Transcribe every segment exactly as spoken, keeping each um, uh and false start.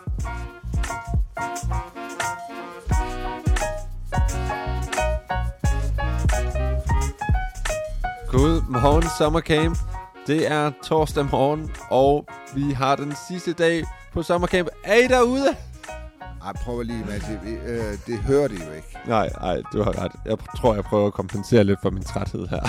God morgen sommercamp. Det er torsdag morgen, og vi har den sidste dag på sommercamp. Er I derude? Ej, prøv lige med det. Øh, det hører de jo ikke. Nej, nej, du har ret. Jeg tror, jeg prøver at kompensere lidt for min træthed her.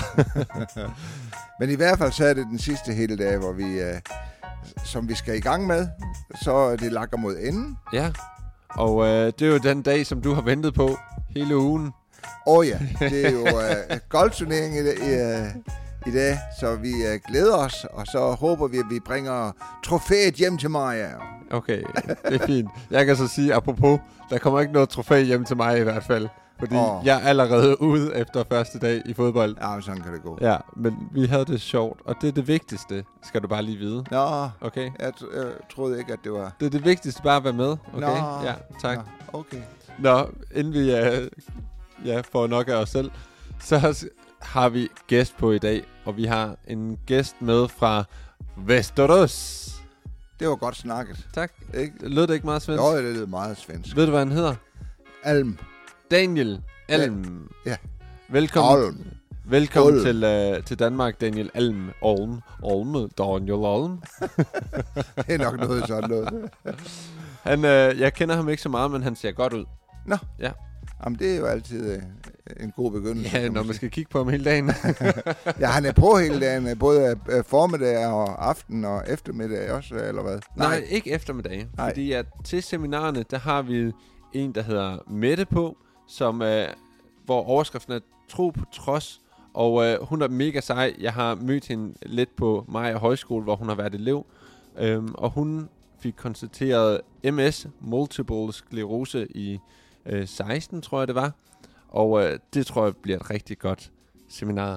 Men i hvert fald så er det den sidste hele dag, hvor vi, øh, som vi skal i gang med. Så er det lakker mod enden. Ja, og øh, det er jo den dag, som du har ventet på hele ugen. Åh oh ja, det er jo øh, golfturnering i, i, uh, i dag, så vi uh, glæder os, og så håber vi, at vi bringer trofæet hjem til mig. Okay, det er fint. Jeg kan så sige, apropos, der kommer ikke noget trofæ hjem til mig i hvert fald, fordi oh. jeg er allerede ude efter første dag i fodbold. Ja, sådan kan det gå. Ja, men vi havde det sjovt, og det er det vigtigste, skal du bare lige vide. Nå, okay. jeg, t- jeg troede ikke, at det var... Det er det vigtigste, bare at være med, okay? Nå. Ja, tak. Nå, okay. Nå, inden vi uh, ja, får nok af os selv, så har vi gæst på i dag, og vi har en gæst med fra Västerås. Det var godt snakket. Tak. Ikke? Lød det ikke meget svensk? Jo, det lød meget svensk. Ved du, hvad han hedder? Alm. Daniel Alm. Ja. ja. Velkommen, Alm. velkommen Alm. til, uh, til Danmark, Daniel Alm. Alm. Alm. Daniel Alm. Det er nok noget sådan noget. Han, uh, jeg kender ham ikke så meget, men han ser godt ud. Nå. Ja. Jamen, det er jo altid øh, en god begyndelse. Ja, når man skal kigge på ham hele dagen. Ja, han er på hele dagen, både øh, formiddag og aften og eftermiddag også, eller hvad? Nej, Nej ikke eftermiddag. Nej. Fordi at til seminarerne, der har vi en, der hedder Mette på, som, øh, hvor overskriften er Tro på trods. Og øh, hun er mega sej. Jeg har mødt hende lidt på Maja Højskole, hvor hun har været elev. Øhm, og hun fik konstateret M S, Multiple Sklerose, i øh, seksten, tror jeg det var. Og øh, det tror jeg bliver et rigtig godt seminar.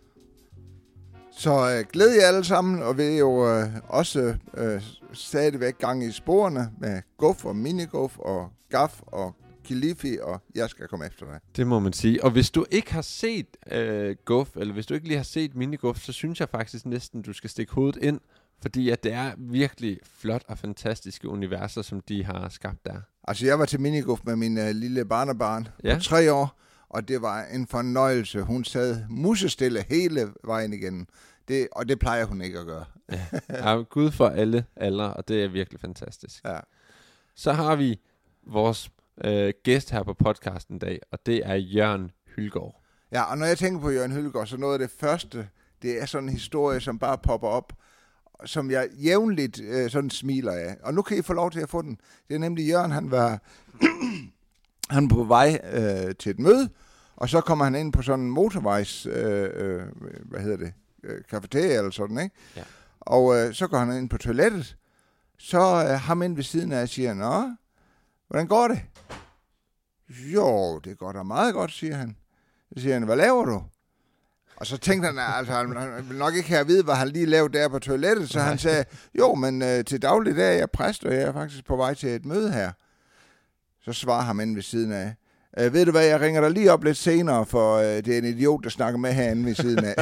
Så øh, glæd jer alle sammen, og vi er jo øh, også øh, stadigvæk gang i sporene med Guf og Miniguf og Gaf og Kilifi, og jeg skal komme efter dig. Det må man sige. Og hvis du ikke har set øh, Guf, eller hvis du ikke lige har set Miniguf, så synes jeg faktisk næsten, du skal stikke hovedet ind, fordi at det er virkelig flot og fantastiske universer, som de har skabt der. Altså, jeg var til Miniguf med min øh, lille barnebarn ja. på tre år, og det var en fornøjelse. Hun sad musestille hele vejen igennem, det, og det plejer hun ikke at gøre. Ja, ja, Gud for alle aldre, og det er virkelig fantastisk. Ja. Så har vi vores øh, gæst her på podcasten i dag, og det er Jørgen Hylgaard. Ja, og når jeg tænker på Jørgen Hylgaard, så noget af det første, det er sådan en historie, som bare popper op, som jeg jævnligt øh, sådan smiler af. Og nu kan I få lov til at få den. Det er nemlig Jørgen, han var han var på vej øh, til et møde, og så kommer han ind på sådan en motorvejs, øh, øh, hvad hedder det, øh, cafeteria eller sådan, ikke? Ja. Og øh, så går han ind på toilettet, så øh, ham ind ved siden af siger, nå, hvordan går det? Jo, det går da meget godt, siger han. Så siger han, hvad laver du? Og så tænkte han, altså han, han ville nok ikke have at vide, hvad han lige lavede der på toilettet, så han sagde, jo, men øh, til daglig der er jeg præst, og jeg er faktisk på vej til et møde her. Så svarer ham ind ved siden af, øh, ved du hvad, jeg ringer dig lige op lidt senere, for øh, det er en idiot, der snakker med herinde ved siden af.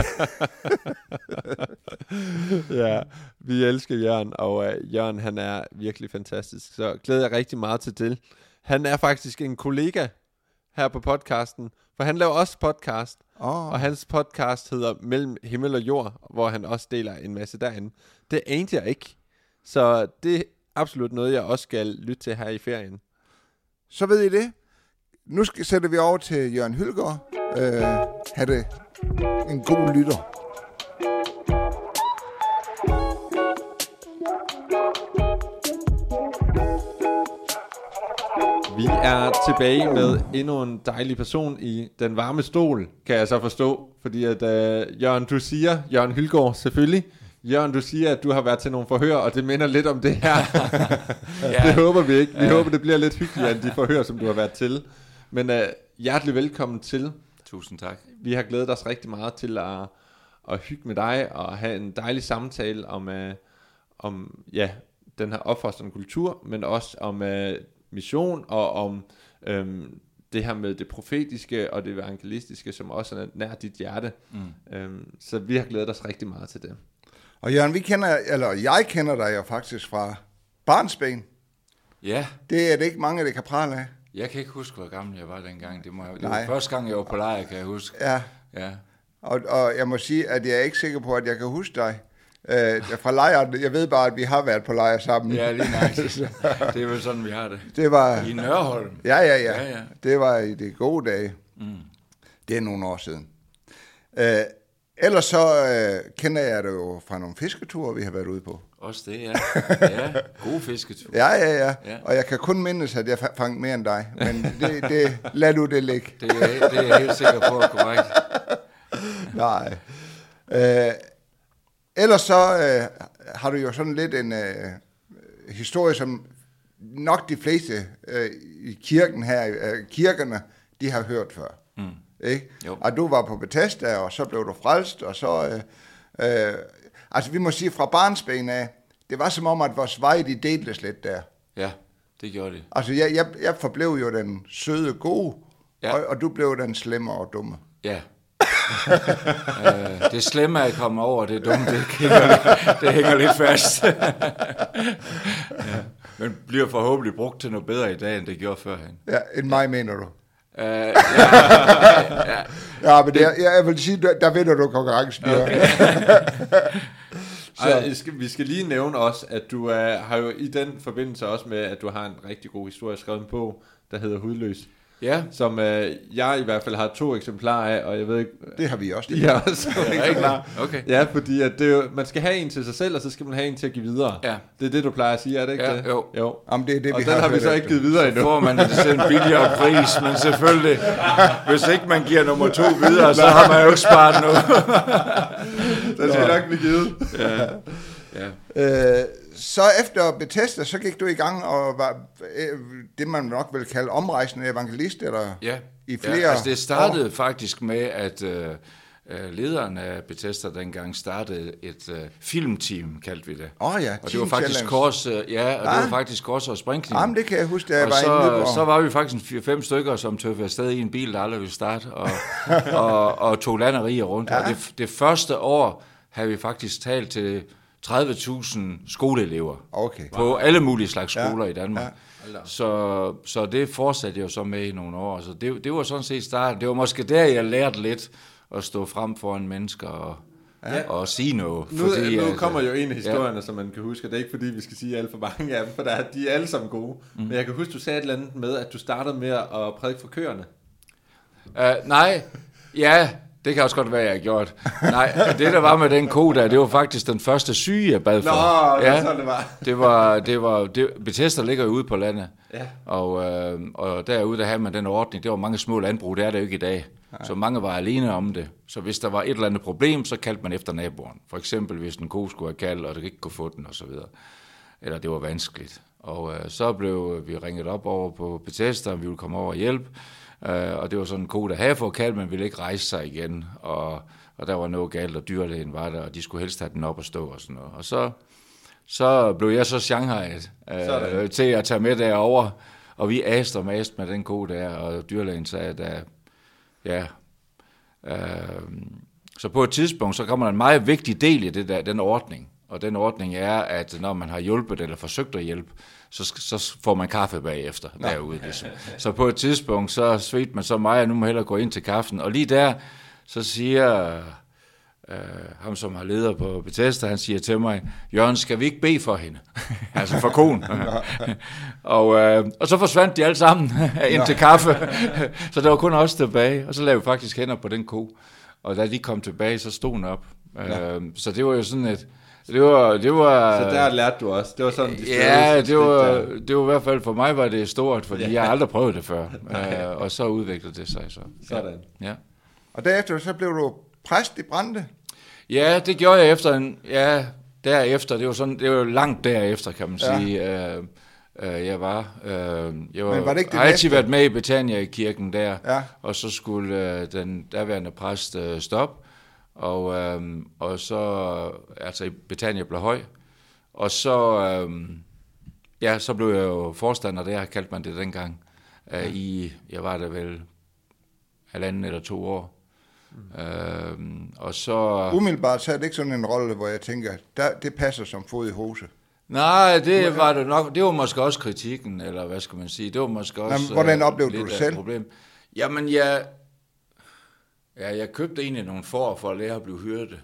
Ja, vi elsker Jørgen, og øh, Jørgen, han er virkelig fantastisk, så glæder jeg rigtig meget til det. Han er faktisk en kollega her på podcasten, for han laver også podcast, oh. og hans podcast hedder Mellem Himmel og Jord, hvor han også deler en masse derinde. Det anede jeg ikke, så det er absolut noget, jeg også skal lytte til her i ferien. Så ved I det. Nu skal, sætter vi over til Jørgen Hylgaard. Øh, ha' det en god lytter. Vi er tilbage med endnu en dejlig person i den varme stol, kan jeg så forstå. Fordi at uh, Jørgen, du siger, Jørgen Hylgaard selvfølgelig, Jørgen, du siger, at du har været til nogle forhør, og det minder lidt om det her. Ja. Det håber vi ikke. Vi ja. håber, det bliver lidt hyggeligere end de forhør, som du har været til. Men uh, hjertelig velkommen til. Tusind tak. Vi har glædet os rigtig meget til at, at hygge med dig og have en dejlig samtale om, uh, om ja, den her opfostrende kultur, men også om uh, mission og om um, det her med det profetiske og det evangelistiske, som også er nær dit hjerte. Mm. Um, så vi har glædet os rigtig meget til det. Og Jørgen, vi kender, eller jeg kender dig jo faktisk fra barnsben. Ja. Det er det ikke mange, der kan prale af. Jeg kan ikke huske, hvor gammel jeg var dengang. Det, må jeg, det var første gang, jeg var på lejr, kan jeg huske. Ja. Ja. Og, og jeg må sige, at jeg er ikke sikker på, at jeg kan huske dig. Øh, fra lejren, jeg ved bare, at vi har været på lejr sammen. Ja, lige nice. Det er vel sådan, vi har det. Det var... I Nørholm. Ja, ja, ja. ja, ja. Det var i de gode dage. Mm. Det er nogle år siden. Øh, ellers så øh, kender jeg det jo fra nogle fisketure, vi har været ude på. Også det, ja. Ja, gode fisketure. Ja, ja, ja, ja. Og jeg kan kun mindes, at jeg fangede mere end dig. Men det, det, lad du det ligge. Det er, det er jeg helt sikker på, at korrekt. Nej. Øh, ellers så øh, har du jo sådan lidt en øh, historie, som nok de fleste øh, i kirken her, øh, kirkerne, de har hørt før. Mm. Ikke? Og du var på Bethesda, og så blev du frelst, og så... Øh, øh, altså, vi må sige fra barnsben af, det var som om, at vores vej, de deltes lidt der. Ja, det gjorde det. Altså, jeg, jeg, jeg forblev jo den søde gode, ja. og, og du blev den slemme og dumme. Ja. øh, det slemme er kommet over, det dumme, det hænger, det hænger lidt fast. Ja. Men bliver forhåbentlig brugt til noget bedre i dag, end det gjorde førhen. Ja, end mig, mener du? Uh, ja, ja, ja. ja, men det, jeg, jeg vil sige, der, der vinder du konkurrencen. Okay. Så. Ej, skal, vi skal lige nævne også, at du er, har jo i den forbindelse også med, at du har en rigtig god historie skrevet på, der hedder Hudløs. Ja. Som øh, jeg i hvert fald har to eksemplarer af, og jeg ved ikke... Det har vi også. Det har også to ja, eksemplarer. Okay. Ja, fordi at det jo, man skal have en til sig selv, og så skal man have en til at give videre. Ja. Det er det, du plejer at sige, er det ikke ja, det? Jo. jo. Jamen, det er det, og vi den har, har vi så ikke givet videre endnu. Så får man det til en billigere pris, men selvfølgelig, hvis ikke man giver nummer to videre, så har man jo ikke sparet noget. Den skal nok blive givet. Ja. Ja. Øh, så efter Bethesda, så gik du i gang og var øh, det, man nok vil kalde omrejsende evangelist, eller ja. i flere ja, altså det startede år. faktisk med, at øh, lederen af Bethesda dengang startede et øh, filmteam, kaldte vi det. Åh oh ja, og det var faktisk kors, øh, ja, og ah. det var faktisk kors og springkniv. Jamen, det kan jeg huske, da jeg og var så, i Nyborg. så var vi faktisk en fire-fem stykker, som tøffede afsted i en bil, der aldrig ville starte, og, og, og tog land og rige rundt. Ja. Og det, det første år havde vi faktisk talt til tredive tusind skoleelever okay. på wow. alle mulige slags skoler ja. i Danmark. Ja. Så, så det fortsatte jeg så med i nogle år. Så det, det var sådan set starten. Det var måske der, jeg lærte lidt at stå frem foran mennesker og, ja. og sige noget. Nu, fordi, nu at, kommer jo en af historierne, ja. som man kan huske. Det er ikke fordi, vi skal sige alt for mange af dem, for der er, de er alle sammen gode. Mm. Men jeg kan huske, du sagde et eller andet med, at du startede med at prædike for køerne. Uh, nej, ja... Det kan også godt være, jeg har gjort. Nej, det der var med den ko der, det var faktisk den første syge, jeg bad for. Nå, ja, sådan det var. det var, det var det, Bethesda ligger jo ude på landet, ja. og, øh, og derude der havde man den ordning, det var mange små landbrug, det er der jo ikke i dag. Nej. Så mange var alene om det. Så hvis der var et eller andet problem, så kaldte man efter naboen. For eksempel hvis en ko skulle have kaldt, og det ikke kunne få den osv. Eller det var vanskeligt. Og øh, så blev vi ringet op over på Bethesda, og vi ville komme over og hjælpe. Uh, og det var sådan en ko, der havde fået kaldt, men ville ikke rejse sig igen, og, og der var noget galt, og dyrlægen var der, og de skulle helst have den op og stå og sådan noget. Og så, så blev jeg så shanghaiet uh, til at tage med derover, og vi aste og mast med den ko der, og dyrlægen sagde, at uh, ja, uh, så på et tidspunkt, så kommer der en meget vigtig del i det der, den ordning, og den ordning er, at når man har hjulpet eller forsøgt at hjælpe, så, så får man kaffe bagefter Nå. derude. Ligesom. Så på et tidspunkt, så svedte man så mig, og nu må jeg hellere gå ind til kaffen. Og lige der, så siger øh, ham, som har leder på Bethesda, han siger til mig, Jørgen, skal vi ikke bede for hende? Altså for konen. og, øh, og så forsvandt de alle sammen ind til kaffe. Så der var kun os tilbage, og så lavede vi faktisk hænder på den ko. Og da de kom tilbage, så stod den op. Øh, så det var jo sådan et... Det var, det var, så der lærte du også. Det var sådan, de ja, det var, det var i hvert fald for mig var det stort, fordi ja. jeg har aldrig prøvet det før. uh, og så udviklede det sig så. Sådan. Ja. Og derefter så blev du præst i Brande? Ja, det gjorde jeg efter en, ja, derefter. Det var sådan, det var langt derefter, kan man ja. sige. Uh, uh, jeg var, uh, jeg var, Men var det ikke det har altid næste? været med i Betania i kirken der, ja. og så skulle uh, den daværende præst uh, stoppe. Og, øhm, og så, altså i Betania blev høj, og så, øhm, ja, så blev jeg jo forstander der, kaldte man det dengang, øh, i, jeg var der vel halvanden eller to år. Mm. Øhm, og så... Umiddelbart så er det ikke sådan en rolle, hvor jeg tænker, der, det passer som fod i hose. Nej, det var det nok. Det var måske også kritikken, eller hvad skal man sige. Det var måske også. Jamen, hvordan oplevede du det selv? Problem. Jamen, jeg, ja, jeg købte egentlig nogle får for at lære at blive hyrde.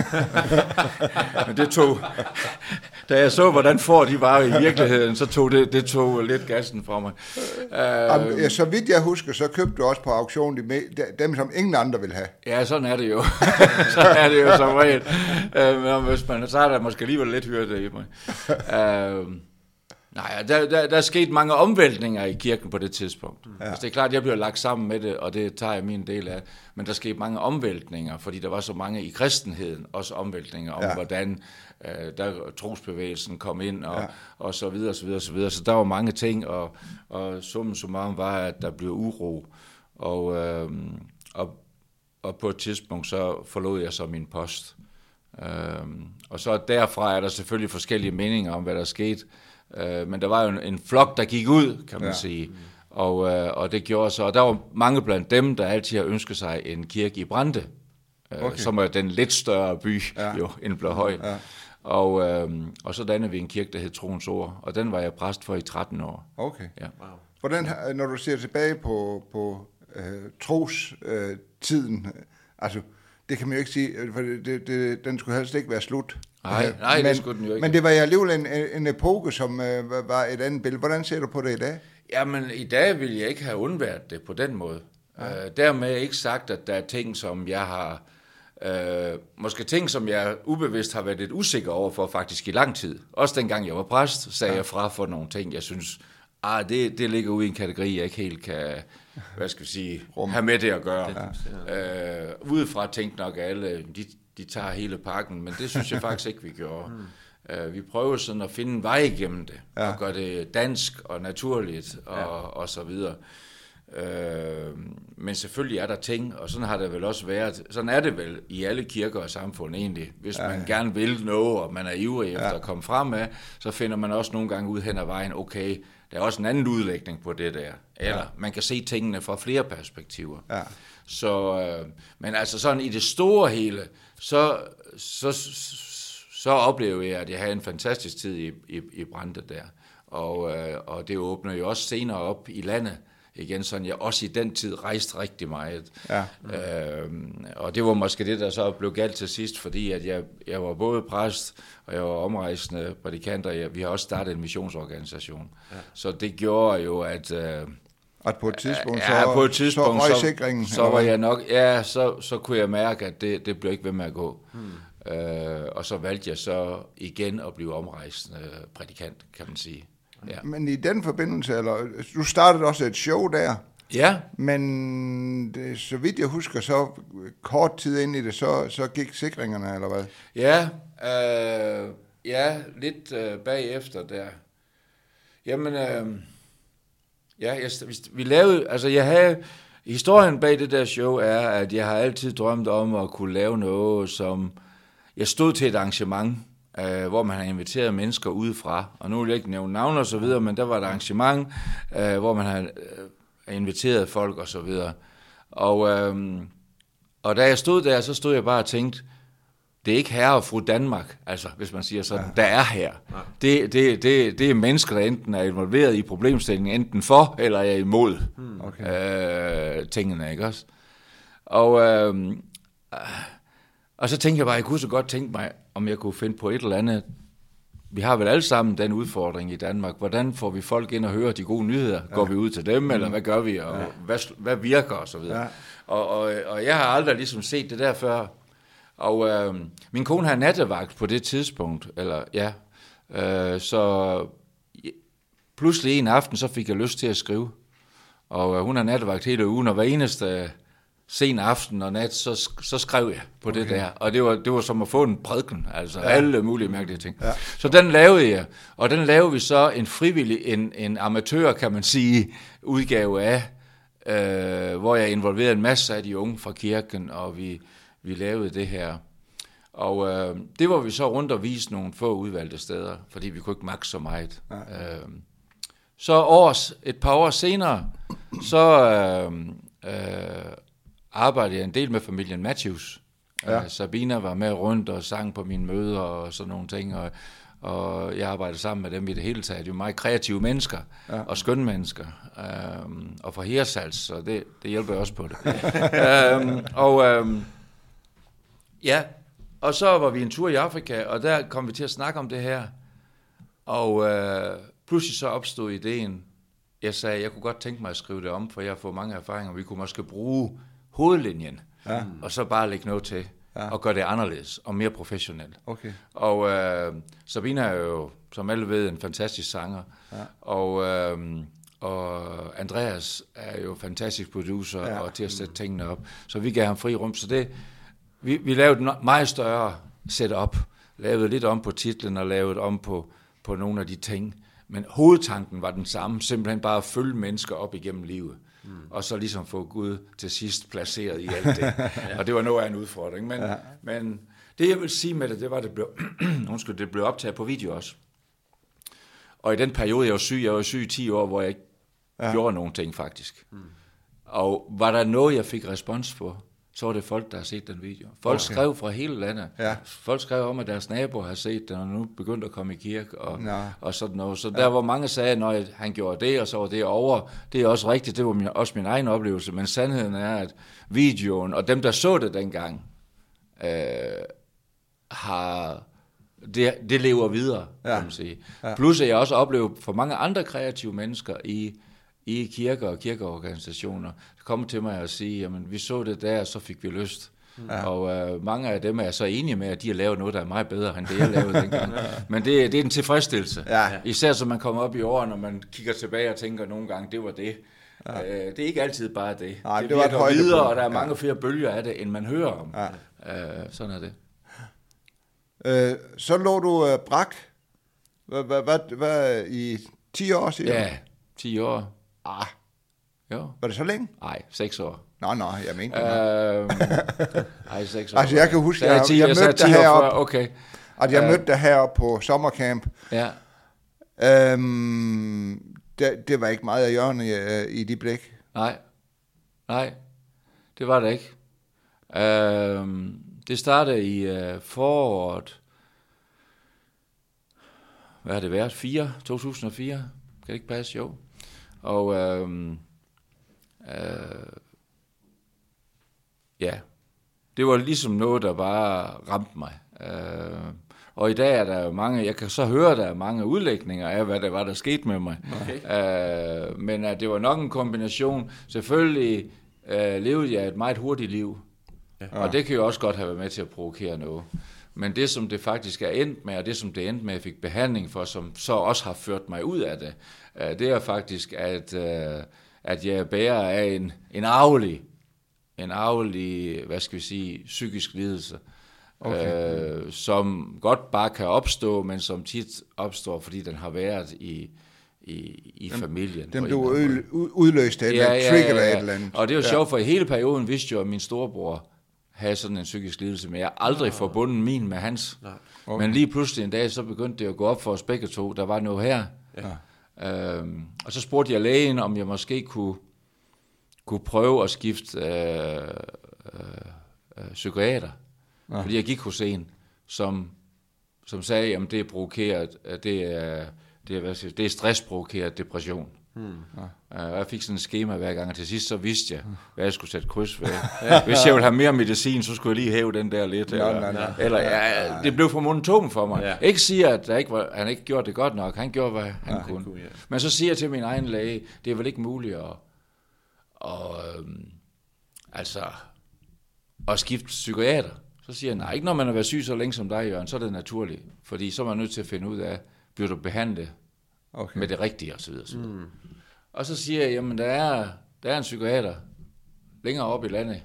Men det tog, da jeg så, hvordan får de var i virkeligheden, så tog det, det tog lidt gassen fra mig. Jamen, ja, så vidt jeg husker, så købte du også på auktion de, dem, som ingen andre vil have. Ja, sådan er det jo. Sådan er det jo som regel. Men hvis man, så er der måske alligevel lidt hyrde i mig. Uh, nej, der, der, der er sket mange omvæltninger i kirken på det tidspunkt. Ja. Altså, det er klart, at jeg bliver lagt sammen med det, og det tager jeg min del af. Men der skete mange omvæltninger, fordi der var så mange i kristenheden, også omvæltninger om, ja. hvordan uh, der trosbevægelsen kom ind, og, ja. og så videre, så videre, så videre. Så der var mange ting, og, og summen summarum var, at der blev uro. Og, uh, og, og på et tidspunkt, så forlod jeg så min post. Uh, og så derfra er der selvfølgelig forskellige meninger om, hvad der skete. Men der var jo en, en flok, der gik ud, kan man ja. sige, og, øh, og det gjorde så, og der var mange blandt dem, der altid har ønsket sig en kirke i Brande, øh, okay. som er den lidt større by, ja. jo, end Blåhøj. Ja. Og, øh, og så dannede vi en kirke, der hed Troens Ord, og den var jeg præst for i tretten år. Okay. Ja. Wow. Hvordan, når du ser tilbage på, på øh, trostiden, øh, altså, det kan man jo ikke sige, for det, det, den skulle helst ikke være slut. Nej, nej men, det skulle den jo ikke. Men det var jo alligevel en, en epoke, som øh, var et andet billede. Hvordan ser du på det i dag? Jamen, i dag vil jeg ikke have undværet det på den måde. Ja. Øh, dermed ikke sagt, at der er ting, som jeg har... Øh, måske ting, som jeg ubevidst har været lidt usikker over for faktisk i lang tid. Også dengang jeg var præst, sagde ja. jeg fra for nogle ting, jeg synes, ah, det, det ligger ude i en kategori, jeg ikke helt kan... hvad skal vi sige, Rum. have med det at gøre. Ja. Øh, udefra tænkte nok alle, de, de tager hele pakken, men det synes jeg faktisk ikke, vi gjorde. Mm. Øh, vi prøver sådan at finde en vej igennem det, ja. og gøre det dansk og naturligt, og, ja. og så videre. Øh, men selvfølgelig er der ting, og sådan har det vel også været, sådan er det vel i alle kirker og samfund egentlig. Hvis ja, man ja. gerne vil noget, og man er ivrig efter ja. at komme frem af, så finder man også nogle gange ud hen ad vejen, okay, der er også en anden udlægning på det der. Eller ja. man kan se tingene fra flere perspektiver. Ja. Så, øh, men altså sådan i det store hele, så, så, så oplever jeg, at jeg havde en fantastisk tid i, i, i Brande der. Og, øh, og det åbner jo også senere op i landet. Igen, sådan jeg også i den tid rejste rigtig meget. Ja. Øhm, og det var måske det, der så blev galt til sidst, fordi at jeg, jeg var både præst, og jeg var omrejsende prædikant, og jeg, vi har også startet en missionsorganisation. Ja. Så det gjorde jo, at... Øh, at på et tidspunkt, ja, så, på et tidspunkt, så, så, så var jeg nok... Ja, så, så kunne jeg mærke, at det, det blev ikke ved med at gå. Hmm. Øh, og så valgte jeg så igen at blive omrejsende prædikant, kan man sige. Ja. Men i den forbindelse, eller du startede også et show der. Ja. Men det, så vidt jeg husker, så kort tid ind i det, så, så gik sikringerne, eller hvad? Ja, øh, ja, lidt øh, bagefter der. Jamen, øh, ja, jeg, vi lavede, altså jeg havde, historien bag det der show er, at jeg har altid drømt om at kunne lave noget, som, jeg stod til et arrangement, Uh, hvor man har inviteret mennesker udefra, og nu vil jeg ikke nævne navn og så videre, men der var et arrangement, uh, hvor man har uh, inviteret folk og så videre. Og, uh, og da jeg stod der, så stod jeg bare og tænkte, det er ikke herre og fru Danmark, altså hvis man siger sådan, ja. der er her. Ja. Det, det, det, det er mennesker, der enten er involveret i problemstillingen, enten for eller er imod hmm. okay. uh, tingene, ikke også? Og, uh, uh, og så tænkte jeg bare, jeg kunne så godt tænke mig, om jeg kunne finde på et eller andet. Vi har vel alle sammen den udfordring i Danmark. Hvordan får vi folk ind og høre de gode nyheder? Ja. Går vi ud til dem, eller hvad gør vi? Og ja. hvad, hvad virker? Og så videre. Ja. Og, og, og jeg har aldrig ligesom set det der før. Og øh, min kone har nattevagt på det tidspunkt. Eller ja. Øh, så pludselig en aften, så fik jeg lyst til at skrive. Og øh, hun har nattevagt hele ugen, og hver eneste sen aften og nat, så, så skrev jeg på okay. det der. Og det var, det var som at få en prædiken, altså ja. alle mulige mærkelige ting. Ja. Så den lavede jeg, og den lavede vi så en frivillig, en, en amatør, kan man sige, udgave af, øh, hvor jeg involverede en masse af de unge fra kirken, og vi, vi lavede det her. Og øh, det var vi så rundt og vise nogle få udvalgte steder, fordi vi kunne ikke maks så meget. Ja. Øh, så års, et par år senere, så... Øh, øh, arbejdede jeg en del med familien Matthews. Ja. Uh, Sabina var med rundt og sang på mine møder og sådan nogle ting, og, og jeg arbejder sammen med dem i det hele taget. De er meget kreative mennesker, ja. og skønne mennesker, øhm, og fra Hirsals, så det, det hjælper også på det. øhm, og øhm, ja, og så var vi en tur i Afrika, og der kom vi til at snakke om det her, og øh, pludselig så opstod ideen. Jeg sagde, jeg kunne godt tænke mig at skrive det om, for jeg har fået mange erfaringer. Vi kunne måske bruge hovedlinjen, ja. og så bare lægge noget til, ja. og gøre det anderledes og mere professionelt. Okay. Og øh, Sabina er jo, som alle ved, en fantastisk sanger, ja. og, øh, og Andreas er jo fantastisk producer ja. og til at sætte tingene op. Så vi gav ham fri rum. Så det, vi, vi lavede et meget større setup, lavede lidt om på titlen og lavede om på, på nogle af de ting. Men hovedtanken var den samme, simpelthen bare at følge mennesker op igennem livet. Mm. Og så ligesom få Gud til sidst placeret i alt det. ja. Og det var noget af en udfordring. Men, ja. men det jeg vil sige med det, det var, at det blev, undskyld, det blev optaget på video også. Og i den periode, jeg var syg, jeg var syg i ti år, hvor jeg ikke ja. gjorde nogen ting faktisk. Mm. Og var der noget, jeg fik respons på, så var det folk, der har set den video. Folk okay. skrev fra hele landet. Ja. Folk skrev om, at deres naboer har set den, og nu begyndte at komme i kirke, og, og sådan noget. Så ja. der var mange, der sagde, at han gjorde det, og så var det over. Det er også rigtigt, det var min, også min egen oplevelse, men sandheden er, at videoen, og dem, der så det dengang, øh, har... Det, det lever videre, ja. kan man sige. Ja. Plus at jeg også oplever for mange andre kreative mennesker i i kirker og kirkeorganisationer, der kommer til mig og sige, jamen vi så det der, så fik vi lyst. Ja. Og øh, mange af dem er så enige med, at de har lavet noget, der er meget bedre, end det jeg lavede dengang. Men det, det er en tilfredsstillelse. Ja. Især så man kommer op i årene, når man kigger tilbage og tænker nogle gange, det var det. Ja. Øh, det er ikke altid bare det. Nej, det, det virker videre, og der er mange ja. flere bølger af det, end man hører om. Ja. Øh, sådan er det. Øh, så lå du øh, brak hvad, hvad, hvad, hvad, i ti år siden? Ja, ti år. Ah, jo. Var det så længe? Nej, seks år. Nå, nå, jeg mente det. Øh, nej, seks år. Altså, jeg kan huske, jeg, jeg, jeg, jeg mødte dig heroppe. Okay. At jeg uh, mødte dig heroppe på sommercamp. Ja. Øhm, det, det var ikke meget af hjørne i, i de blik. Nej, nej, det var det ikke. Øhm, det startede i uh, foråret. Hvad har det været? fire? to tusind og fire? Kan det ikke passe? Jo. Og øhm, øh, ja, det var ligesom noget, der bare ramte mig. Øh, og i dag er der jo mange, jeg kan så høre, der er mange udlægninger af, hvad der var, der skete med mig. Okay. Øh, men at det var nok en kombination. Selvfølgelig øh, levede jeg et meget hurtigt liv, ja. Og det kan jo også godt have været med til at provokere noget. Men det, som det faktisk er endt med, og det, som det endte med, at jeg fik behandling for, som så også har ført mig ud af det, det er faktisk, at, at jeg bærer af en, en arvelig, en arvelig, hvad skal vi sige, psykisk lidelse, okay. øh, som godt bare kan opstå, men som tit opstår, fordi den har været i, i, i den, familien. Den blev udløst af et eller andet, trigget af et eller andet. Og det er jo ja. sjovt, for i hele perioden vidste jo, at min storebror havde sådan en psykisk lidelse, men jeg har aldrig oh. forbundet min med hans. Okay. Men lige pludselig en dag, så begyndte det at gå op for os begge to. Der var noget her. Ja. Øhm, og så spurgte jeg lægen, om jeg måske kunne, kunne prøve at skifte øh, øh, øh, psykiater. Ja. Fordi jeg gik hos en, som, som sagde, at det er provokeret, det er, det er, hvad siger, det er stressprovokeret depression. Hmm. Ja. Og jeg fik sådan et skema hver gang, og til sidst så vidste jeg, hvad jeg skulle sætte kryds ved. Hvis jeg ville have mere medicin, så skulle jeg lige hæve den der lidt. Eller, nej, nej, nej. eller ja, det blev for monoton for mig. Ja. Ikke sige, at der ikke var, han ikke gjorde det godt nok. Han gjorde, hvad han ja, kunne. Han kunne ja. Men så siger jeg til min egen læge, det er vel ikke muligt at, og, øhm, altså, at skifte psykiater. Så siger jeg, nej, ikke når man har været syg så længe som dig, Jørgen, så er det naturligt. Fordi så er man nødt til at finde ud af, bliver du behandlet okay. med det rigtige, og så videre. Mm. Og så siger jeg, jamen der er, der er en psykiater længere op i landet.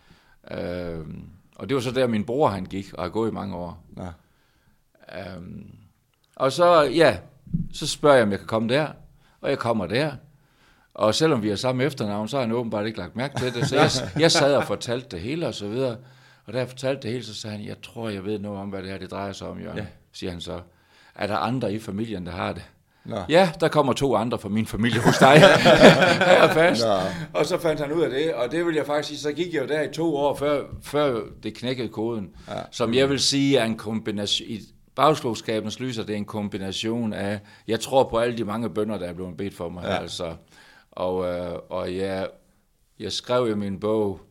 Øhm, og det var så der, min bror han gik, og har gået i mange år. Ja. Øhm, og så, ja, så spørger jeg, om jeg kan komme der. Og jeg kommer der. Og selvom vi har samme efternavn, så har han åbenbart ikke lagt mærke til det. Så jeg, jeg sad og fortalte det hele, og så videre. Og da jeg fortalte det hele, så sagde han, jeg tror, jeg ved noget om, hvad det her det drejer sig om, Jørgen. Ja. Siger han så. Er der andre i familien, der har det? Nå. Ja, der kommer to andre fra min familie hos dig. Her fast. Og så fandt han ud af det, og det vil jeg faktisk sige, så gik jeg jo der i to år, før, før det knækkede koden, ja. Som jeg vil sige er en kombination, bagklogskabens lyser, det er en kombination af, jeg tror på alle de mange bønner, der er blevet bedt for mig. Ja. Altså, og øh, og jeg, jeg skrev i min bog,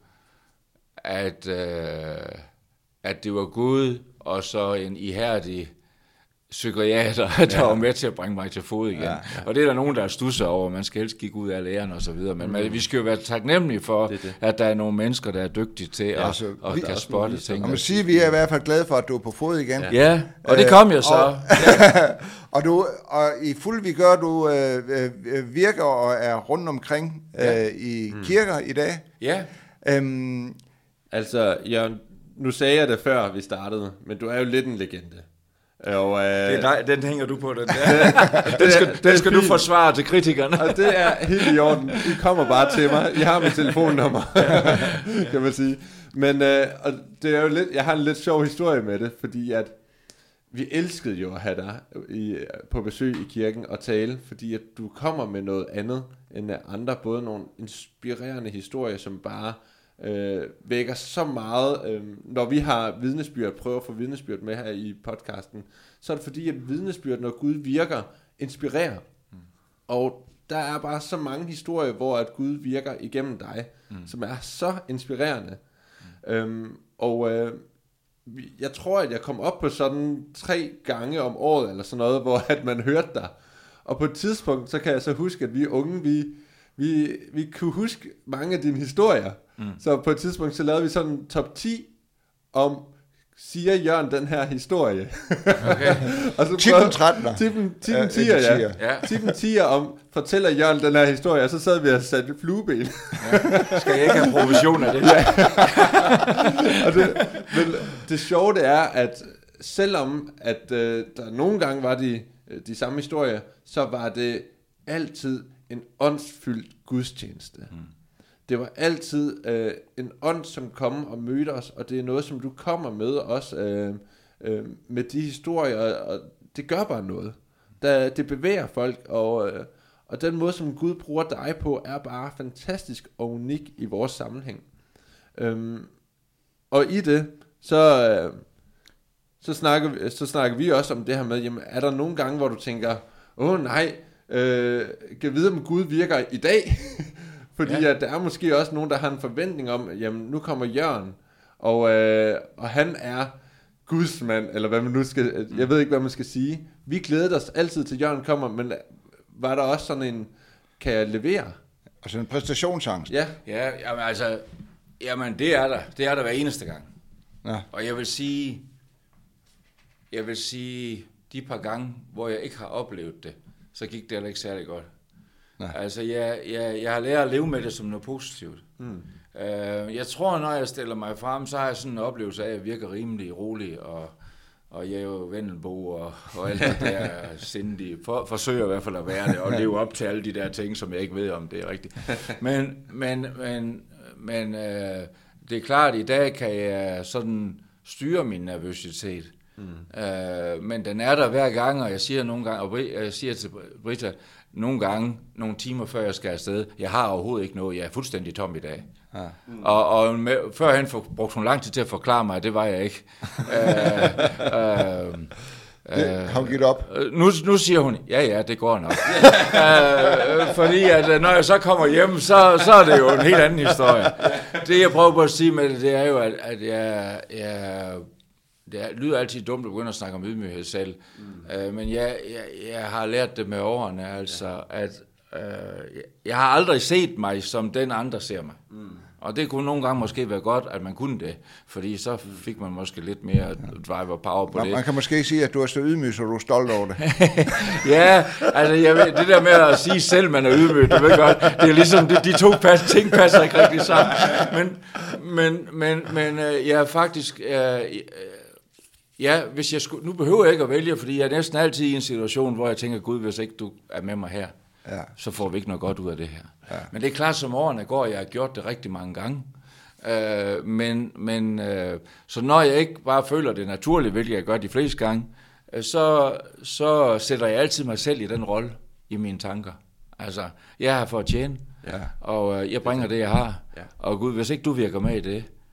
at, øh, at det var Gud, og så en ihærdig psykiater, der ja. var med til at bringe mig til fod igen. Ja, ja. Og det er der nogen, der stusser over, man skal helst kigge ud af læren og så videre, men mm. vi skal jo være taknemmelige for, det det. at der er nogle mennesker, der er dygtige til ja, at, altså, at vi, kan spotte ting. Og man siger, vi er i hvert fald glade for, at du er på fod igen. Ja, ja og det kom jeg så. Og, og, du, og i fuld vi gør, du øh, virker og er rundt omkring ja. øh, i mm. kirker i dag. Ja. Øhm, altså, Jørgen, nu sagde jeg det før, vi startede, men du er jo lidt en legende. Og, øh, det er dig, den hænger du på, den der. den skal, den skal du forsvare til kritikerne. Og det er helt i orden. I kommer bare til mig. I har mit telefonnummer, kan man sige. Men øh, og det er jo lidt, jeg har en lidt sjov historie med det, fordi at vi elskede jo at have dig i, på besøg i kirken og tale, fordi at du kommer med noget andet end andre, både nogle inspirerende historier, som bare øh, vækker så meget. Øh, når vi har vidnesbyrd, prøver at få vidnesbyrd med her i podcasten, så er det fordi, at vidnesbyrd, når Gud virker, inspirerer. Mm. Og der er bare så mange historier, hvor at Gud virker igennem dig, mm. som er så inspirerende. Mm. Øhm, og øh, jeg tror, at jeg kom op på sådan tre gange om året, eller sådan noget, hvor at man hørte dig. Og på et tidspunkt, så kan jeg så huske, at vi unge, vi, vi, vi kunne huske mange af dine historier. Mm. Så på et tidspunkt, så lavede vi sådan en top ti om, siger Jørgen den her historie. Okay. Og så tippen trettener. Tippen tier, ja. ja. Tippen tier om, fortæller Jørgen den her historie, og så sad vi og satte flueben. Ja. Skal jeg ikke have provision af det? Ja. Og det, men det sjove det er, at selvom at øh, der nogle gange var de, de samme historier, så var det altid en åndsfyldt gudstjeneste. Hmm. Det var altid øh, en ånd, som kom og mødte os, og det er noget, som du kommer med også øh, øh, med de historier, og det gør bare noget. Der, det bevæger folk, og, øh, og den måde, som Gud bruger dig på, er bare fantastisk og unik i vores sammenhæng. Øhm, og i det, så, øh, så, snakker vi, så snakker vi også om det her med, jamen, er der nogle gange, hvor du tænker, åh oh, nej, øh, kan vide, om Gud virker i dag? Fordi ja. at der er måske også nogen, der har en forventning om, jamen nu kommer Jørgen, og, øh, og han er Guds mand, eller hvad man nu skal, jeg ved ikke, hvad man skal sige. Vi glæder os altid til, Jørgen kommer, men var der også sådan en, kan jeg levere? Altså en præstationsangst? Ja. Ja, jamen altså, jamen det er der, det er der hver eneste gang. Ja. Og jeg vil sige, jeg vil sige, de par gange, hvor jeg ikke har oplevet det, så gik det heller ikke særlig godt. Nej. Altså, jeg, jeg, jeg har lært at leve med det som noget positivt. Mm. Uh, jeg tror, når jeg stiller mig frem, så har jeg sådan en oplevelse af, at jeg virker rimelig rolig, og, og jeg er jo Vendelbo, og, og alt det der sindige. For, forsøger i hvert fald at være det, og leve op til alle de der ting, som jeg ikke ved, om det er rigtigt. Men, men, men, men uh, det er klart, at i dag kan jeg sådan styre min nervøsitet. Mm. Uh, men den er der hver gang, og jeg siger nogle gange, og jeg siger til Britta, nogle gange, nogle timer før jeg skal afsted, jeg har overhovedet ikke noget, jeg er fuldstændig tom i dag. Ja. Mm. Og, og med, førhen for, brugte hun lang tid til at forklare mig, at det var jeg ikke. øh, øh, det, har hun givet op? Nu, nu siger hun, ja ja, det går nok. øh, fordi at når jeg så kommer hjem, så, så er det jo en helt anden historie. Det jeg prøver på at sige med det, det er jo, at, at jeg... jeg det lyder altid dumt at begynde at snakke om ydmyghed selv, mm. øh, men jeg, jeg, jeg har lært det med årene, altså, ja. at øh, jeg har aldrig set mig, som den andre ser mig. Mm. Og det kunne nogle gange måske være godt, at man kunne det, fordi så fik man måske lidt mere drive og power på man, det. Man kan måske sige, at du er så ydmyg, så du er stolt over det. Ja, altså jeg ved, det der med at sige selv, man er ydmyg, du ved godt, det er ligesom, de, de to pas, ting passer ikke rigtig sammen. Men, men, men, men øh, jeg er faktisk... Øh, Ja, hvis jeg skulle, nu behøver jeg ikke at vælge, fordi jeg er næsten altid i en situation, hvor jeg tænker, Gud, hvis ikke du er med mig her, ja. så får vi ikke noget godt ud af det her. Ja. Men det er klart, som årene går, jeg har gjort det rigtig mange gange. Øh, men, men øh, så når jeg ikke bare føler det naturligt, hvilket jeg gør de fleste gange, øh, så, så sætter jeg altid mig selv i den rolle i mine tanker. Altså, jeg er her for at tjene, ja. og øh, jeg bringer det, jeg har. Ja. Og Gud, hvis ikke du virker med i det,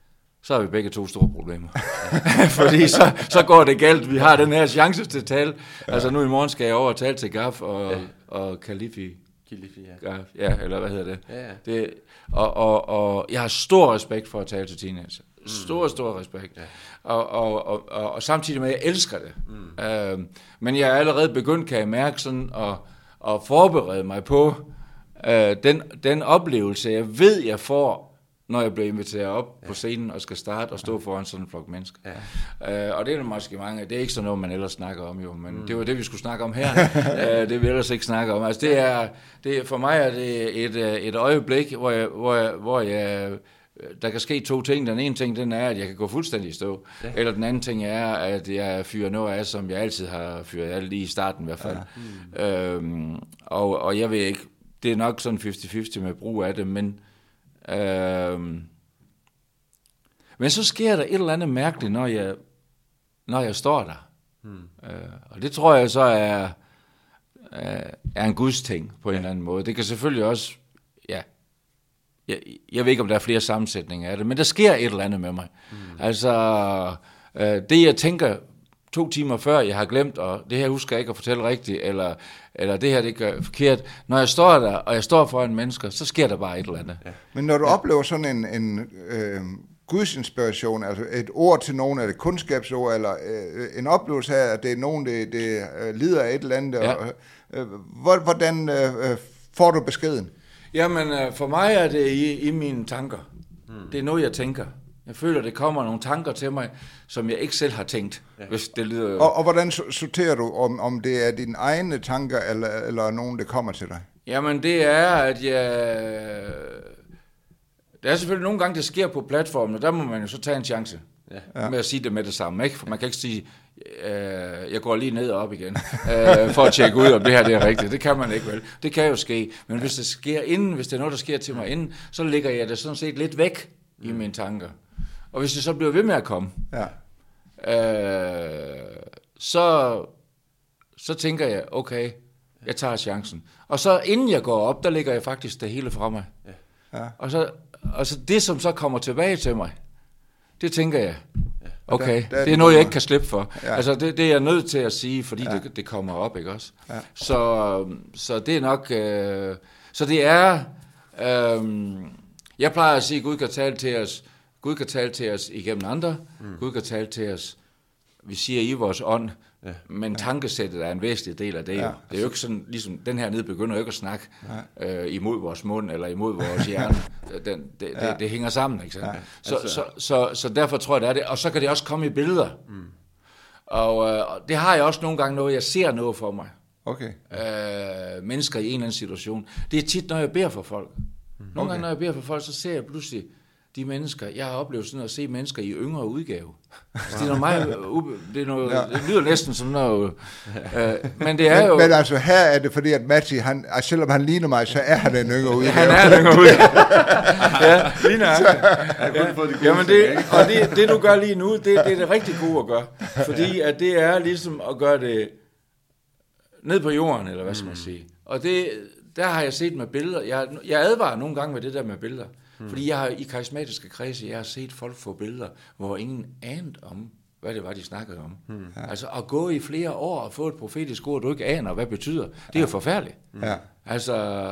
så har vi begge to store problemer. Fordi så, så går det galt. Vi har den her chance til at tale. Ja. Altså nu i morgen skal jeg over og tale til Gaf og, ja. og Khalifi. Khalifi, ja. Gaf, ja, eller hvad hedder det? Ja, ja. det og, og, og jeg har stor respekt for at tale til teenager. Stor, stor respekt. Ja. Og, og, og, og, og samtidig med, at jeg elsker det. Mm. Øh, men jeg er allerede begyndt, kan jeg mærke, sådan at, at forberede mig på øh, den, den oplevelse, jeg ved, jeg får, når jeg bliver inviteret op ja. på scenen og skal starte og stå foran sådan en flok mennesker. Ja. Øh, og det er måske mange, det er ikke sådan noget, man ellers snakker om jo, men mm. det var det, vi skulle snakke om her. øh, det vi ellers ikke snakke om. Altså det er, det, for mig er det et, et øjeblik, hvor jeg, hvor jeg, hvor jeg der kan ske to ting. Den ene ting, den er, at jeg kan gå fuldstændig i stå. Ja. Eller den anden ting er, at jeg fyrer noget af, som jeg altid har fyret af, lige i starten i hvert fald. Ja. Mm. Øhm, og, og jeg ved ikke, det er nok sådan halvtreds halvtreds med brug af det, men øhm, men så sker der et eller andet mærkeligt, når jeg, når jeg står der. Mm. Øh, og det tror jeg så er, er en Guds ting på en ja. eller anden måde. Det kan selvfølgelig også, ja, Jeg, jeg ved ikke, om der er flere sammensætninger af det, men der sker et eller andet med mig. Mm. Altså, øh, det jeg tænker to timer før, jeg har glemt, og det her husker jeg ikke at fortælle rigtigt, eller, eller det her, det gør forkert. Når jeg står der, og jeg står foran mennesker, så sker der bare et eller andet. Ja. Men når du ja. oplever sådan en, en øh, gudsinspiration, altså et ord til nogen, eller et kundskabsord, eller øh, en oplevelse af, at det er nogen, det, det øh, lider af et eller andet, ja. og, øh, hvordan øh, får du beskeden? Jamen, for mig er det i, i mine tanker. Hmm. Det er noget, jeg tænker. Jeg føler, det kommer nogle tanker til mig, som jeg ikke selv har tænkt. Ja. Hvis det lyder... og, og hvordan sorterer du, om, om det er dine egne tanker, eller, eller nogen, der kommer til dig? Jamen, det er, at jeg... Der er selvfølgelig nogle gange, det sker på platformen, og der må man jo så tage en chance. Ja. Med at sige det med det samme, ikke? For man kan ikke sige, øh, jeg går lige ned og op igen, øh, for at tjekke ud, om det her det er rigtigt. Det kan man ikke, vel? Det kan jo ske. Men hvis det sker inden, hvis det er noget, der sker til mig inden, så lægger jeg det sådan set lidt væk i mine tanker. Og hvis det så bliver ved med at komme, ja. øh, så, så tænker jeg, okay, jeg tager chancen. Og så inden jeg går op, der lægger jeg faktisk det hele fra mig. Ja. Og, så, og så det, som så kommer tilbage til mig, det tænker jeg, okay, der, der det er noget, jeg ikke kan slippe for. Ja. Altså, det, det er jeg nødt til at sige, fordi ja. det, det kommer op, ikke også? Ja. Så, så det er nok... Øh, så det er... Øh, jeg plejer at sige, at Gud kan tale til os, Gud kan tale til os igennem andre, mm. Gud kan tale til os, vi siger i vores ånd, ja. men tankesættet er en væsentlig del af det. Ja. Jo. Det er jo ikke sådan, ligesom den her nede begynder jo ikke at snakke øh, imod vores mund, eller imod vores hjerne. Den, det, ja. det, det hænger sammen, ikke sandt? Ja. Så, altså. så, så, så derfor tror jeg, det er det. Og så kan det også komme i billeder. Mm. Og øh, det har jeg også nogle gange noget, jeg ser noget for mig. Okay. Øh, mennesker i en eller anden situation. Det er tit, når jeg beder for folk. Mm. Nogle okay. gange, når jeg beder for folk, så ser jeg pludselig de mennesker, jeg har oplevet sådan at se mennesker i yngre udgave. Altså, det er meget, det, er noget, ja. det lyder næsten som noget, øh, men det er men, jo... Men altså her er det fordi, at Matti, han, altså, selvom han ligner mig, så er han en yngre udgave. Han er en yngre udgave. Ja, ligner han. Ja, men det, og det, det du gør lige nu, det, det er det rigtig gode at gøre. Fordi at det er ligesom at gøre det ned på jorden, eller hvad skal man sige. Og det, der har jeg set med billeder. Jeg, jeg advarer nogle gange med det der med billeder. Hmm. Fordi jeg har i karismatiske kredse, jeg har set folk få billeder, hvor ingen anede om, hvad det var, de snakkede om. Hmm. Ja. Altså at gå i flere år og få et profetisk ord, du ikke aner, hvad det betyder, det er ja. jo forfærdeligt. Ja. Altså...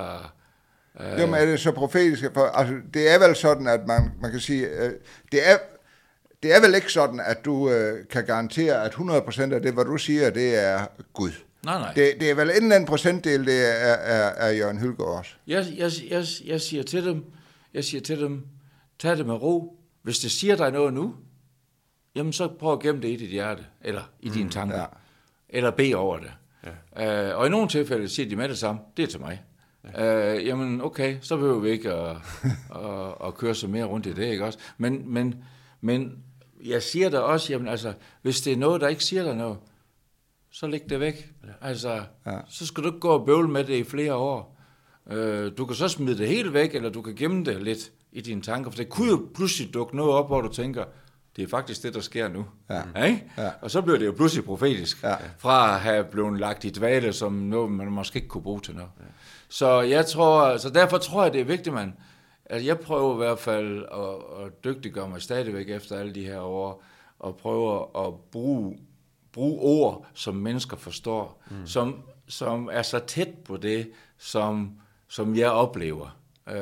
Øh... Jo, men er det så profetisk? For, altså, det er vel sådan, at man, man kan sige, øh, det er... Det er vel ikke sådan, at du øh, kan garantere, at hundrede procent af det, hvad du siger, det er Gud. Nej, nej. Det, det er vel en eller anden procentdel, det er, er, er Jørgen Hylgaard også. Jeg, jeg, jeg, jeg siger til dem, jeg siger til dem, tag det med ro. Hvis det siger dig noget nu, jamen så prøv at gemme det i dit hjerte, eller i mm, dine tanker, ja. Eller bed over det. Ja. Øh, og i nogle tilfælde siger de med det samme, det er til mig. Ja. Øh, jamen okay, så behøver vi ikke at, at, at køre så mere rundt i det, ikke også? Men, men, men jeg siger da også, jamen altså, hvis det er noget, der ikke siger dig noget, så læg det væk. Ja. Altså, ja. Så skal du ikke gå og bøvle med det i flere år. Øh, du kan så smide det helt væk, eller du kan gemme det lidt i dine tanker, for det kunne jo pludselig dukke noget op, hvor du tænker, det er faktisk det, der sker nu. Ja. Ja, ja. Og så bliver det jo pludselig profetisk, ja. Fra at have blevet lagt i dvale, som noget, man måske ikke kunne bruge til noget. Ja. Så jeg tror, så derfor tror jeg, det er vigtigt, man, Altså, jeg prøver i hvert fald at, at dygtiggøre mig stadigvæk efter alle de her år, og prøver at bruge, bruge ord, som mennesker forstår, mm. som, som er så tæt på det, som, som jeg oplever. Øh,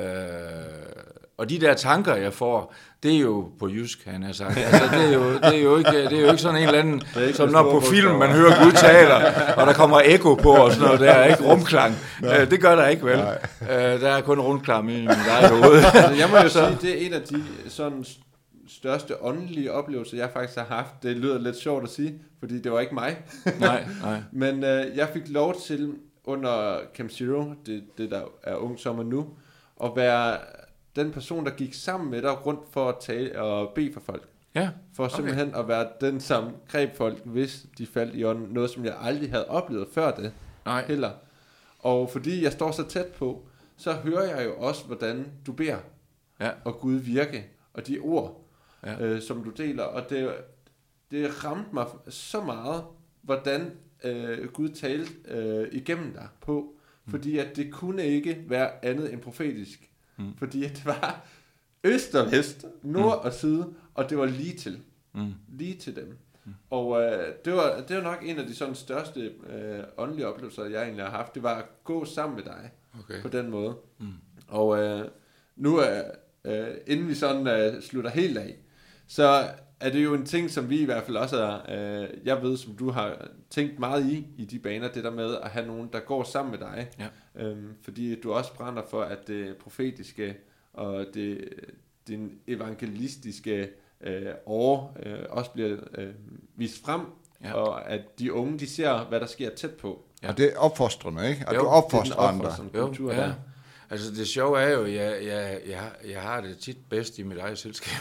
og de der tanker, jeg får, det er jo på jysk, han har sagt. Altså, det, er jo, det, er jo ikke, det er jo ikke sådan en eller anden, som når på film, man hører Gud taler, og der kommer ekko på og sådan noget, der er ikke rumklang. Øh, det gør der ikke, vel? Øh, der er kun rumklang i min eget hoved. Altså, jeg må jo sige, det er en af de sådan største åndelige oplevelser, jeg faktisk har haft. Det lyder lidt sjovt at sige, fordi det var ikke mig. nej, nej. Men øh, jeg fik lov til under Camp Zero, det, det der er Ung Sommer Nu, at være den person, der gik sammen med dig rundt for at tale og bede for folk. Ja, for simpelthen okay. at være den, som greb folk, hvis de faldt i ånden. Noget, som jeg aldrig havde oplevet før det. Nej. Heller. Og fordi jeg står så tæt på, så hører jeg jo også, hvordan du beder. Ja. Og Gud virke. Og de ord, ja. øh, som du deler. Og det, det ramte mig så meget, hvordan øh, Gud talte øh, igennem dig på. Mm. Fordi at det kunne ikke være andet end profetisk. Mm. Fordi at det var øst og vest, nord mm. og syd, og det var lige til. Mm. Lige til dem. Mm. Og øh, det, var, det var nok en af de sådan største øh, åndelige oplevelser, jeg egentlig har haft. Det var at gå sammen med dig okay. på den måde. Mm. Og øh, nu, øh, inden vi sådan øh, slutter helt af, så er det jo en ting, som vi i hvert fald også er, øh, jeg ved, som du har tænkt meget i, i de baner, det der med at have nogen, der går sammen med dig. Ja. Øhm, fordi du også brænder for, at det profetiske og det, den evangelistiske øh, år øh, også bliver øh, vist frem, ja. Og at de unge, de ser, hvad der sker tæt på. Ja. Og det er opfostrende, ikke? At jo, du opfostrer andre. Jo, ja. Der. Altså det sjove er jo, at jeg, jeg, jeg, jeg har det tit bedst i mit eget selskab.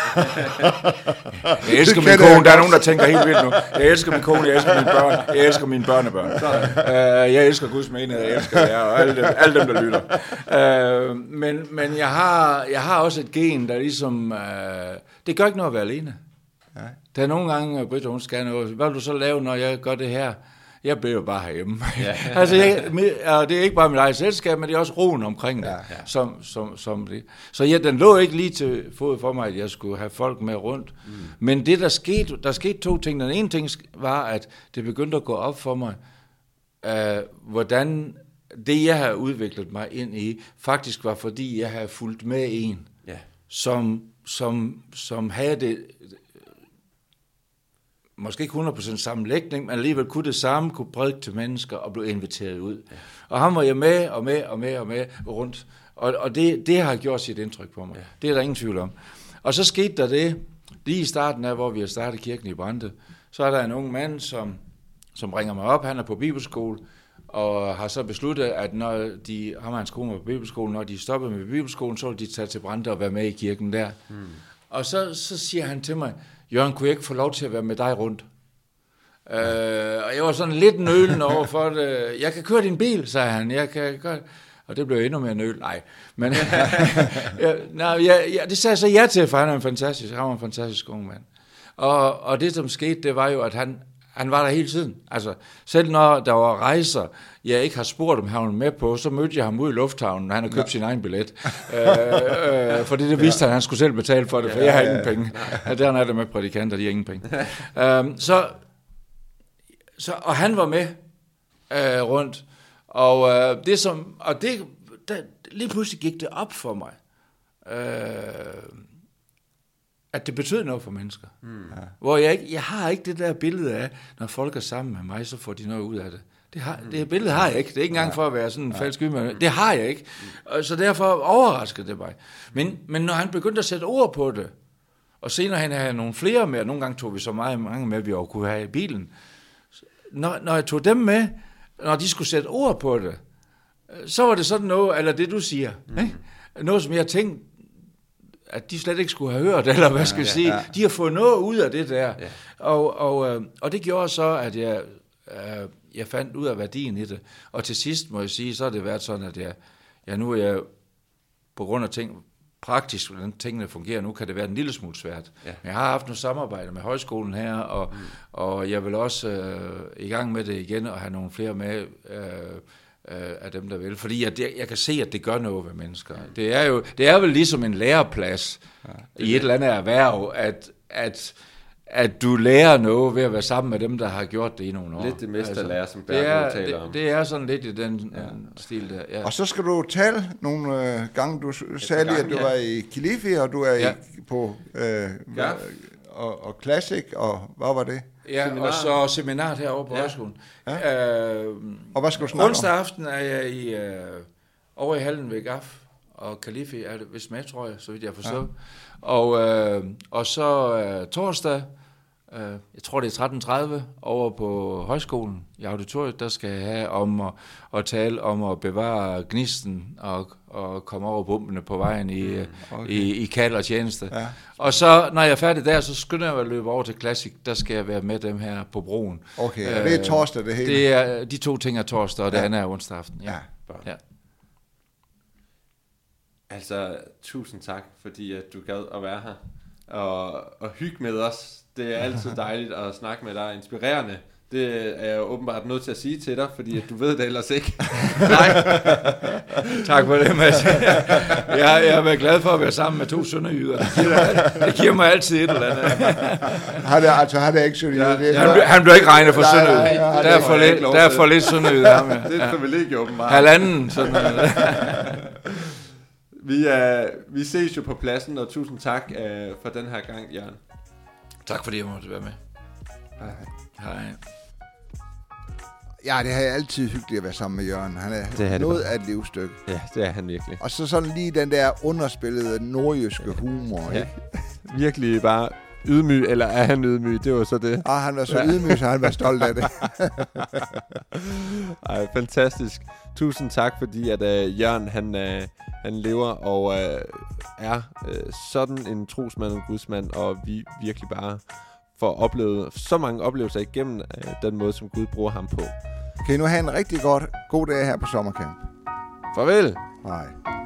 Jeg elsker min kone, der er nogen, der tænker helt vildt nu. Jeg elsker min kone, jeg elsker mine børn, jeg elsker mine børnebørn. Uh, jeg elsker Guds menighed, jeg elsker jer og alle dem, alle dem der lytter. Uh, men men jeg, har, jeg har også et gen, der ligesom, uh, det gør ikke noget at være alene. Ja. Der er nogle gange, Britt, hun skal noget, hvad vil du så lave, når jeg gør det her? Jeg bliver jo bare herhjemme. Ja. altså, jeg, det er ikke bare mit eget selskab, men det er også roen omkring det. Ja, ja. Som, som, som det. Så ja, den lå ikke lige til fod for mig, at jeg skulle have folk med rundt. Mm. Men det, der skete, der skete to ting. Den ene ting var, at det begyndte at gå op for mig, uh, hvordan det, jeg havde udviklet mig ind i, faktisk var, fordi jeg havde fulgt med en, ja. som, som, som havde det... måske ikke hundrede procent sammenlægning, men alligevel kunne det samme, kunne prædike til mennesker og blive inviteret ud. Ja. Og ham var jeg med og med og med og med rundt. Og, og det, det har gjort sit indtryk på mig. Ja. Det er der ingen tvivl om. Og så skete der det, lige i starten af, hvor vi har startet kirken i Brande, så er der en ung mand, som, som ringer mig op. Han er på bibelskole, og har så besluttet, at når de, ham og hans kone var på bibelskolen, når de stoppede med bibelskolen, så ville de tage til Brande og være med i kirken der. Hmm. Og så, så siger han til mig, Jørgen, kunne jeg ikke få lov til at være med dig rundt? Ja. Øh, og jeg var sådan lidt nølende over for det. Jeg kan køre din bil, sagde han. Jeg kan gøre... Og det blev endnu mere nøl. Nej. Men jeg, nej, jeg, jeg, det sagde jeg så ja til, for han er en fantastisk, han var en fantastisk ung mand. Og, og det, som skete, det var jo, at han, han var der hele tiden. Altså, selv når der var rejser, jeg ikke har spurgt, om han var med på, så mødte jeg ham ude i lufthavnen, og han har købt ja. sin egen billet. øh, øh, fordi det vidste ja. han, at han skulle selv betale for det, for ja, jeg har ingen ja, penge. Ja. Der er der med prædikanter, de har ingen penge. øh, så, så, og han var med øh, rundt, og øh, det som, og det, der, lige pludselig gik det op for mig, øh, at det betød noget for mennesker. Mm. Ja. Hvor jeg ikke, jeg har ikke det der billede af, når folk er sammen med mig, så får de noget ud af det. Det, har, mm. det billede har jeg ikke. Det er ikke engang ja. for at være sådan en ja. falsk ydmyg. Det har jeg ikke. Mm. Så derfor overraskede det mig. Men, men når han begyndte at sætte ord på det, og senere han havde nogle flere med, og nogle gange tog vi så meget mange med, vi også kunne have i bilen. Når, når jeg tog dem med, når de skulle sætte ord på det, så var det sådan noget, eller det du siger, mm. ikke? Noget som jeg tænkte, at de slet ikke skulle have hørt, eller hvad skal jeg ja, sige. Ja. De har fået noget ud af det der. Ja. Og, og, og det gjorde så, at jeg, jeg fandt ud af værdien i det. Og til sidst, må jeg sige, så har det været sådan, at jeg, ja, nu er jeg på grund af ting, praktisk, hvordan tingene fungerer nu, kan det være en lille smule svært. Ja. Men jeg har haft noget samarbejde med højskolen her, og, mm. og jeg vil også øh, i gang med det igen, og have nogle flere med, øh, øh, af dem, der vil. Fordi jeg, jeg kan se, at det gør noget ved mennesker. Det er jo det er vel ligesom en læreplads ja, i et eller andet erhverv, at, at, at du lærer noget ved at være sammen med dem, der har gjort det i nogle år. Lidt det mesterlærer, altså, som Bertel taler det, om. Det er sådan lidt i den ja. stil der. Ja. Og så skal du tale nogle øh, gange. Du sagde lige, at du ja. var i Kilifi, og du er ja. i, på øh, ja. og, og Classic, og hvad var det? Ja, seminar. Og så seminaret herovre på ja. højskolen. Ja. Øh, og hvad skal du snakke om? Onsdag aften er jeg i, øh, over i hallen ved G A F, og Kalifi er det vist med, tror jeg, så vidt jeg forstår. Ja. Og, øh, og så øh, torsdag, øh, jeg tror det er tretten tredive, over på højskolen i auditoriet, der skal jeg have om at, at tale om at bevare gnisten og, og komme over bombene på vejen i, okay. i, i kald og tjeneste. Ja. Og så, når jeg er færdig der, så skynder jeg mig at løbe over til Classic. Der skal jeg være med dem her på broen. Okay, og det er torsdag det hele? Det er, de to ting er torsdag, og det ja. andet er onsdag aften. Ja. Ja. ja. Altså, tusind tak, fordi at du gad at være her og, og hygge med os. Det er altid dejligt at snakke med dig, inspirerende. Det er jeg åbenbart nødt til at sige til dig, fordi at du ved det ellers ikke. Nej. Tak for det, Mads. Jeg, jeg har været glad for at være sammen med to sønderjyder. Det giver mig, det giver mig altid et eller andet. Har det, altså har det ikke sønderjyder? Ja, han, han blev ikke regnet for sønderjyder. Der er for lidt, der er for lidt sønderjyder. Det er et privilegium, åbenbart. Halvanden sønderjyder. Vi, uh, vi ses jo på pladsen, og tusind tak uh, for den her gang, Jørgen. Tak fordi jeg måtte være med. Hej. Hej. Ja, det har jeg altid hyggeligt at være sammen med Jørgen. Han er det noget af et livsstykke. Ja, det er han virkelig. Og så sådan lige den der underspillede nordjyske humor, ja. ikke? Virkelig bare ydmyg, eller er han ydmyg? Det var så det. Ah, han var så ydmyg, så han var stolt af det. Ej, fantastisk. Tusind tak, fordi at uh, Jørgen, han, uh, han lever og uh, er uh, sådan en trosmand og gudsmand, og vi virkelig bare får oplevet så mange oplevelser igennem uh, den måde, som Gud bruger ham på. Kan I nu have en rigtig godt, god dag her på sommercamp. Farvel. Hej.